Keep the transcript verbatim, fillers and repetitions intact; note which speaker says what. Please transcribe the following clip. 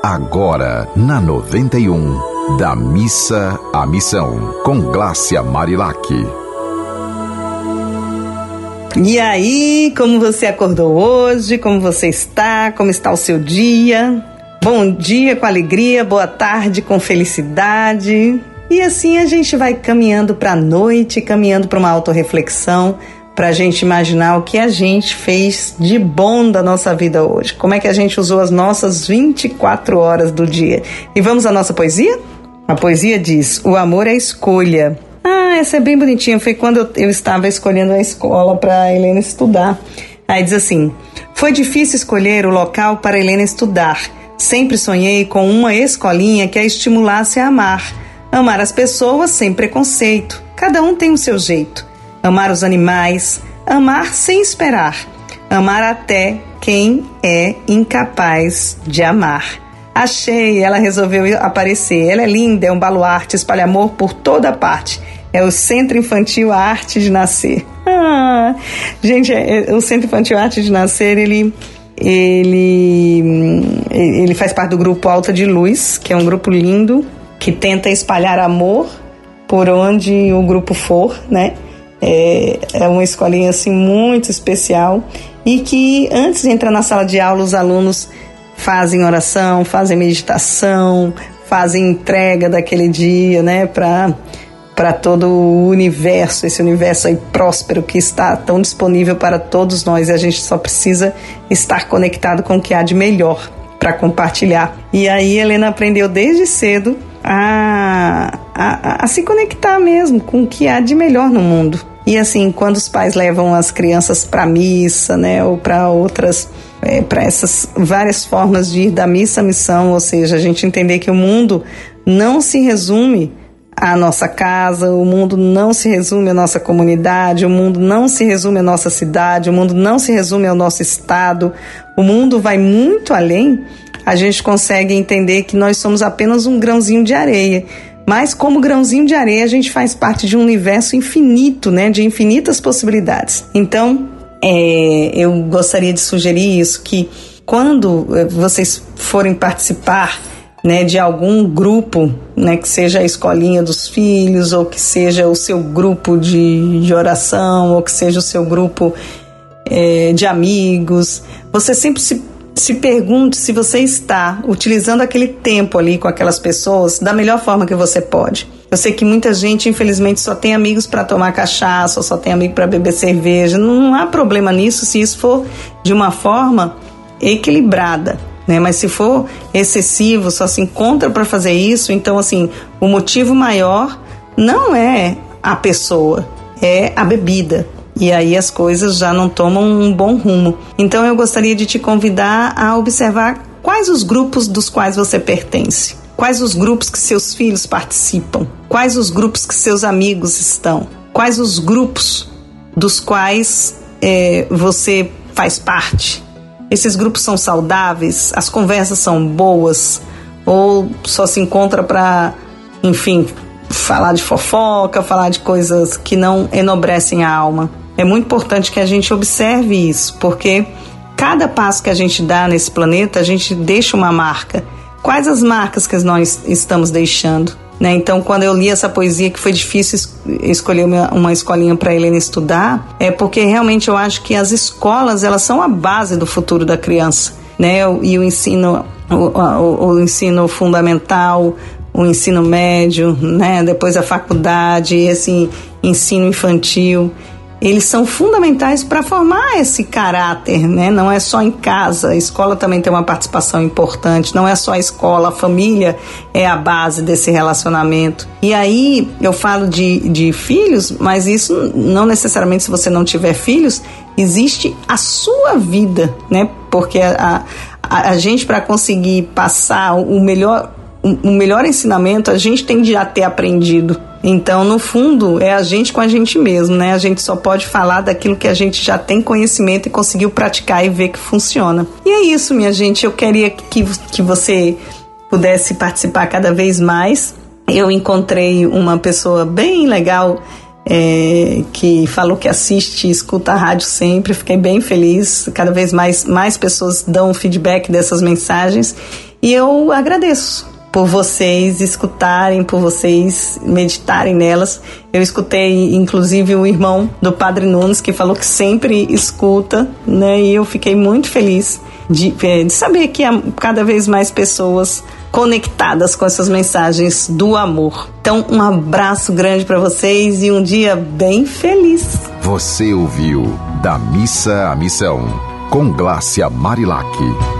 Speaker 1: Agora, na noventa e um, da missa à missão, com Glácia Marilac.
Speaker 2: E aí, como você acordou hoje? Como você está? Como está o seu dia? Bom dia com alegria, boa tarde com felicidade. E assim a gente vai caminhando para a noite, caminhando para uma autorreflexão, para a gente imaginar o que a gente fez de bom da nossa vida hoje. Como é que a gente usou as nossas vinte e quatro horas do dia. E vamos à nossa poesia? A poesia diz: o amor é escolha. Ah, essa é bem bonitinha. Foi quando eu, eu estava escolhendo a escola para a Helena estudar. Aí diz assim: foi difícil escolher o local para a Helena estudar. Sempre sonhei com uma escolinha que a estimulasse a amar. Amar as pessoas sem preconceito. Cada um tem o seu jeito. Amar os animais. Amar sem esperar. Amar até quem é incapaz de amar. Achei, ela resolveu aparecer. Ela é linda, é um baluarte, espalha amor por toda parte. É o Centro Infantil A Arte de Nascer. Ah, gente, é, é, o Centro Infantil A Arte de Nascer, ele, ele, ele faz parte do grupo Alta de Luz, que é um grupo lindo, que tenta espalhar amor por onde o grupo for, né? É, é uma escolinha assim muito especial e que antes de entrar na sala de aula os alunos fazem oração, fazem meditação, fazem entrega daquele dia, né? Para para todo o universo, esse universo aí próspero que está tão disponível para todos nós, e a gente só precisa estar conectado com o que há de melhor para compartilhar. E aí Helena aprendeu desde cedo A, a, a se conectar mesmo com o que há de melhor no mundo. E assim, quando os pais levam as crianças para missa, né, ou para outras, é, para essas várias formas de ir da missa à missão, ou seja, a gente entender que o mundo não se resume à nossa casa, o mundo não se resume à nossa comunidade, o mundo não se resume à nossa cidade, o mundo não se resume ao nosso estado, o mundo vai muito além. A gente consegue entender que nós somos apenas um grãozinho de areia. Mas como grãozinho de areia, a gente faz parte de um universo infinito, né? De infinitas possibilidades. Então, é, eu gostaria de sugerir isso, que quando vocês forem participar, né, de algum grupo, né, que seja a escolinha dos filhos, ou que seja o seu grupo de, de oração, ou que seja o seu grupo é, de amigos, você sempre se Se pergunte se você está utilizando aquele tempo ali com aquelas pessoas da melhor forma que você pode. Eu sei que muita gente, infelizmente, só tem amigos para tomar cachaça, ou só tem amigo para beber cerveja. Não há problema nisso se isso for de uma forma equilibrada, né? Mas se for excessivo, só se encontra para fazer isso, então, assim, o motivo maior não é a pessoa, é a bebida. E aí as coisas já não tomam um bom rumo. Então eu gostaria de te convidar a observar quais os grupos dos quais você pertence, quais os grupos que seus filhos participam, quais os grupos que seus amigos estão, quais os grupos dos quais é, você faz parte. Esses grupos são saudáveis, as conversas são boas, ou só se encontra para, enfim, falar de fofoca, falar de coisas que não enobrecem a alma. É muito importante que a gente observe isso, porque cada passo que a gente dá nesse planeta, a gente deixa uma marca. Quais as marcas que nós estamos deixando? Né? Então, quando eu li essa poesia, que foi difícil es- escolher uma, uma escolinha para a Helena estudar, é porque realmente eu acho que as escolas, elas são a base do futuro da criança, né? E o ensino, o, o, o ensino fundamental, o ensino médio, né? Depois a faculdade, esse ensino infantil, eles são fundamentais para formar esse caráter, né? Não é só em casa, a escola também tem uma participação importante, não é só a escola, a família é a base desse relacionamento. E aí eu falo de, de filhos, mas isso não necessariamente, se você não tiver filhos, existe a sua vida, né? Porque a, a, a gente, para conseguir passar o melhor, o melhor ensinamento, a gente tem de já ter aprendido. Então, no fundo, é a gente com a gente mesmo, né? A gente só pode falar daquilo que a gente já tem conhecimento e conseguiu praticar e ver que funciona. E é isso, minha gente. Eu queria que, que você pudesse participar cada vez mais. Eu encontrei uma pessoa bem legal, é, que falou que assiste e escuta a rádio sempre. Fiquei bem feliz. Cada vez mais, mais pessoas dão feedback dessas mensagens. E eu agradeço por vocês escutarem, por vocês meditarem nelas. Eu escutei, inclusive, o irmão do Padre Nunes, que falou que sempre escuta, né? E eu fiquei muito feliz de, de saber que há cada vez mais pessoas conectadas com essas mensagens do amor. Então, um abraço grande para vocês e um dia bem feliz.
Speaker 1: Você ouviu Da Missa à Missão, com Glácia Marilac.